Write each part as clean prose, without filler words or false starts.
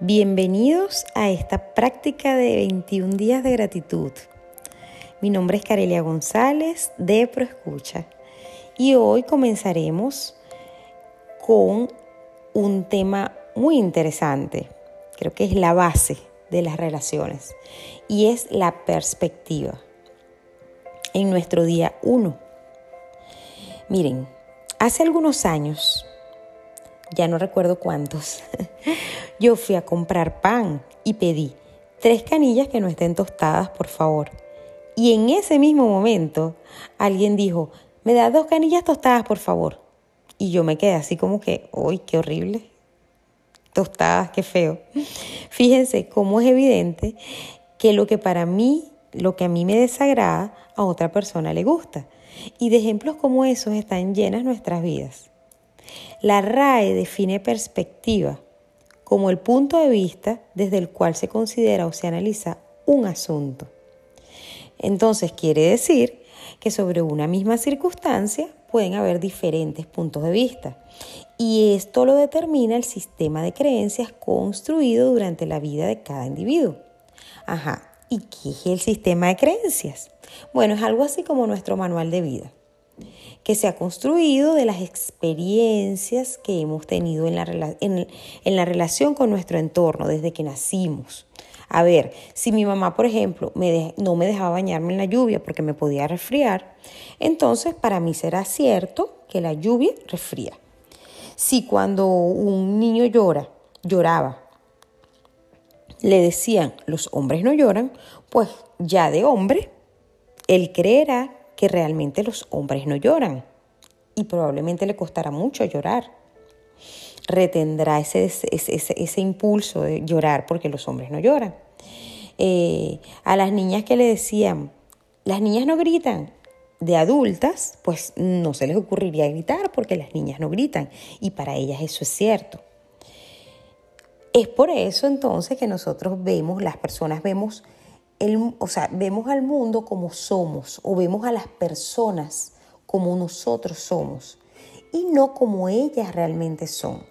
Bienvenidos a esta práctica de 21 días de gratitud. Mi nombre es Carelia González de ProEscucha y hoy comenzaremos con un tema muy interesante. Creo que es la base de las relaciones y es la perspectiva. En nuestro día 1. Miren, hace algunos años, ya no recuerdo cuántos, yo fui a comprar pan y pedí 3 canillas que no estén tostadas, por favor. Y en ese mismo momento, alguien dijo, me da 2 canillas tostadas, por favor. Y yo me quedé así como que, ¡uy, qué horrible! Tostadas, qué feo. Fíjense cómo es evidente que lo que a mí me desagrada, a otra persona le gusta. Y de ejemplos como esos están llenas nuestras vidas. La RAE define perspectiva como el punto de vista desde el cual se considera o se analiza un asunto. Entonces quiere decir que sobre una misma circunstancia pueden haber diferentes puntos de vista y esto lo determina el sistema de creencias construido durante la vida de cada individuo. ¿Y qué es el sistema de creencias? Bueno, es algo así como nuestro manual de vida, que se ha construido de las experiencias que hemos tenido en la relación con nuestro entorno desde que nacimos. A ver, si mi mamá, por ejemplo, no me dejaba bañarme en la lluvia porque me podía resfriar, entonces para mí será cierto que la lluvia resfría. Si cuando un niño lloraba, le decían, los hombres no lloran, pues ya de hombre, él creerá que realmente los hombres no lloran y probablemente le costará mucho llorar. Retendrá ese impulso de llorar porque los hombres no lloran. A las niñas que le decían, las niñas no gritan, de adultas, pues no se les ocurriría gritar porque las niñas no gritan y para ellas eso es cierto. Es por eso entonces que nosotros las personas vemos al mundo como somos o vemos a las personas como nosotros somos y no como ellas realmente son.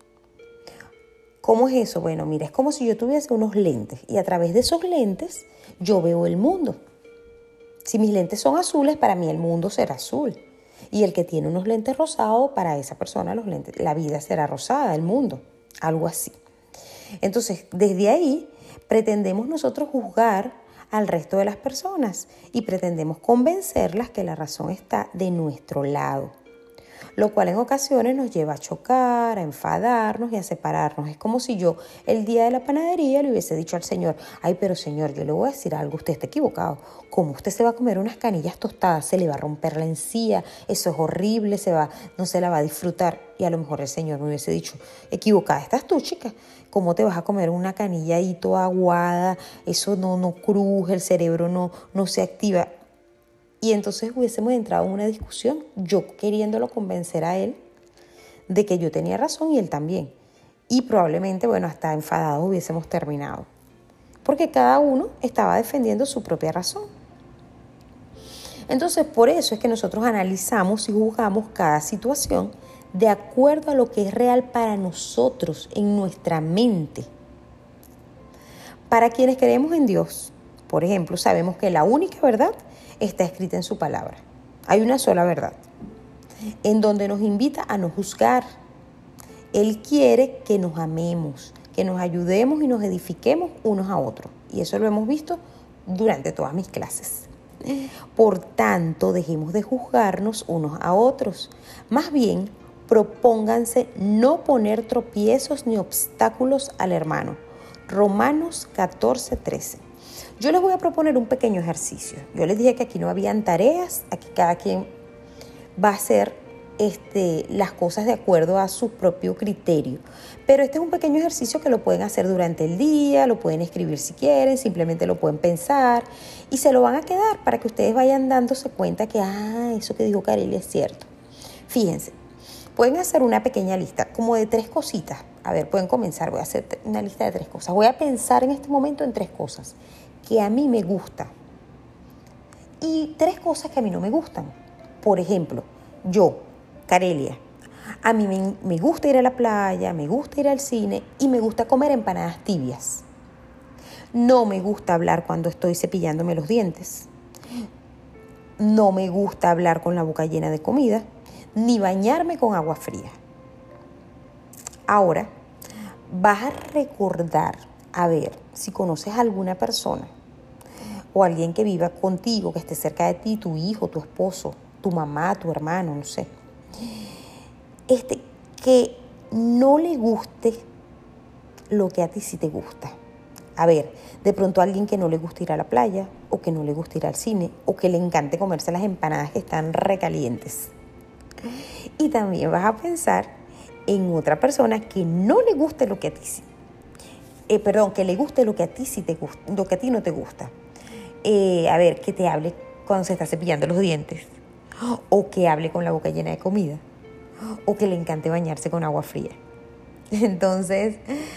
¿Cómo es eso? Bueno, mira, es como si yo tuviese unos lentes y a través de esos lentes yo veo el mundo. Si mis lentes son azules, para mí el mundo será azul. Y el que tiene unos lentes rosados, para esa persona la vida será rosada, el mundo, algo así. Entonces, desde ahí pretendemos nosotros juzgar al resto de las personas y pretendemos convencerlas que la razón está de nuestro lado, lo cual en ocasiones nos lleva a chocar, a enfadarnos y a separarnos. Es como si yo el día de la panadería le hubiese dicho al Señor, ay, pero Señor, yo le voy a decir algo, usted está equivocado. ¿Cómo usted se va a comer unas canillas tostadas? Se le va a romper la encía, eso es horrible, no se la va a disfrutar. Y a lo mejor el Señor me hubiese dicho, equivocada estás tú, chica. ¿Cómo te vas a comer una canilla ahí toda aguada? Eso no cruje, el cerebro no se activa. Y entonces hubiésemos entrado en una discusión, yo queriéndolo convencer a él de que yo tenía razón y él también. Y probablemente, hasta enfadados hubiésemos terminado. Porque cada uno estaba defendiendo su propia razón. Entonces, por eso es que nosotros analizamos y juzgamos cada situación de acuerdo a lo que es real para nosotros, en nuestra mente. Para quienes creemos en Dios, por ejemplo, sabemos que la única verdad está escrita en su palabra. Hay una sola verdad, en donde nos invita a no juzgar. Él quiere que nos amemos, que nos ayudemos y nos edifiquemos unos a otros. Y eso lo hemos visto durante todas mis clases. Por tanto, dejemos de juzgarnos unos a otros. Más bien, propónganse no poner tropiezos ni obstáculos al hermano. Romanos 14:13. Yo les voy a proponer un pequeño ejercicio. Yo les dije que aquí no habían tareas, aquí cada quien va a hacer las cosas de acuerdo a su propio criterio. Pero este es un pequeño ejercicio que lo pueden hacer durante el día, lo pueden escribir si quieren, simplemente lo pueden pensar y se lo van a quedar para que ustedes vayan dándose cuenta que, eso que dijo Carelia es cierto. Fíjense, pueden hacer una pequeña lista como de 3 cositas. A ver, pueden comenzar, voy a hacer una lista de 3 cosas. Voy a pensar en este momento en 3 cosas que a mí me gustan y 3 cosas que a mí no me gustan. Por ejemplo, yo, Carelia, A mí me gusta ir a la playa, me gusta ir al cine y me gusta comer empanadas tibias. No me gusta hablar cuando estoy cepillándome los dientes. No me gusta hablar con la boca llena de comida, ni bañarme con agua fría. Ahora, vas a recordar, a ver, si conoces a alguna persona o alguien que viva contigo, que esté cerca de ti, tu hijo, tu esposo, tu mamá, tu hermano, no sé, que no le guste lo que a ti sí te gusta. A ver, de pronto a alguien que no le gusta ir a la playa, o que no le gusta ir al cine, o que le encante comerse las empanadas que están recalientes. Y también vas a pensar en otra persona que no le guste lo que a ti sí. Que le guste lo que a ti sí te gusta, lo que a ti no te gusta. A ver, que te hable cuando se está cepillando los dientes, o que hable con la boca llena de comida, o que le encante bañarse con agua fría. Entonces,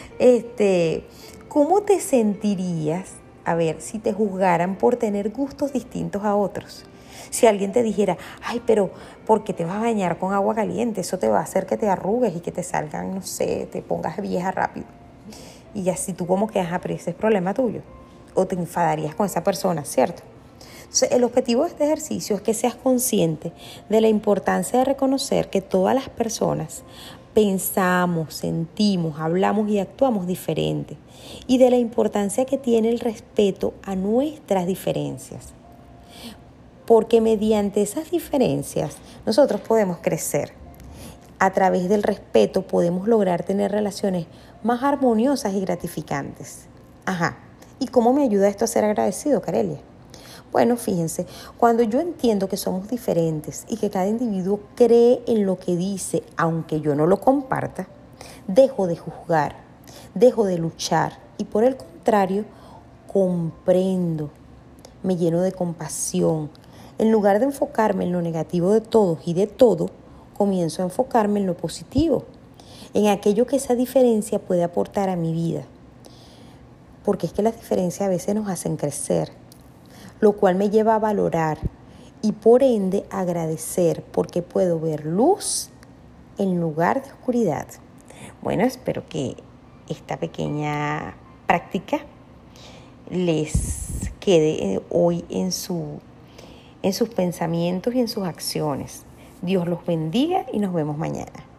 ¿cómo te sentirías, a ver, si te juzgaran por tener gustos distintos a otros? Si alguien te dijera, ay, pero ¿por qué te vas a bañar con agua caliente? Eso te va a hacer que te arrugues y que te salgan, no sé, te pongas vieja rápido. Y así tú como que, pero ese es problema tuyo. O te enfadarías con esa persona, ¿cierto? Entonces, el objetivo de este ejercicio es que seas consciente de la importancia de reconocer que todas las personas pensamos, sentimos, hablamos y actuamos diferente, y de la importancia que tiene el respeto a nuestras diferencias. Porque mediante esas diferencias nosotros podemos crecer. A través del respeto podemos lograr tener relaciones más armoniosas y gratificantes. ¿Y cómo me ayuda esto a ser agradecido, Carelia? Bueno, fíjense, cuando yo entiendo que somos diferentes y que cada individuo cree en lo que dice, aunque yo no lo comparta, dejo de juzgar, dejo de luchar y por el contrario, comprendo, me lleno de compasión. En lugar de enfocarme en lo negativo de todos y de todo, comienzo a enfocarme en lo positivo, en aquello que esa diferencia puede aportar a mi vida. Porque es que las diferencias a veces nos hacen crecer, lo cual me lleva a valorar y por ende agradecer porque puedo ver luz en lugar de oscuridad. Bueno, espero que esta pequeña práctica les quede hoy en sus pensamientos y en sus acciones. Dios los bendiga y nos vemos mañana.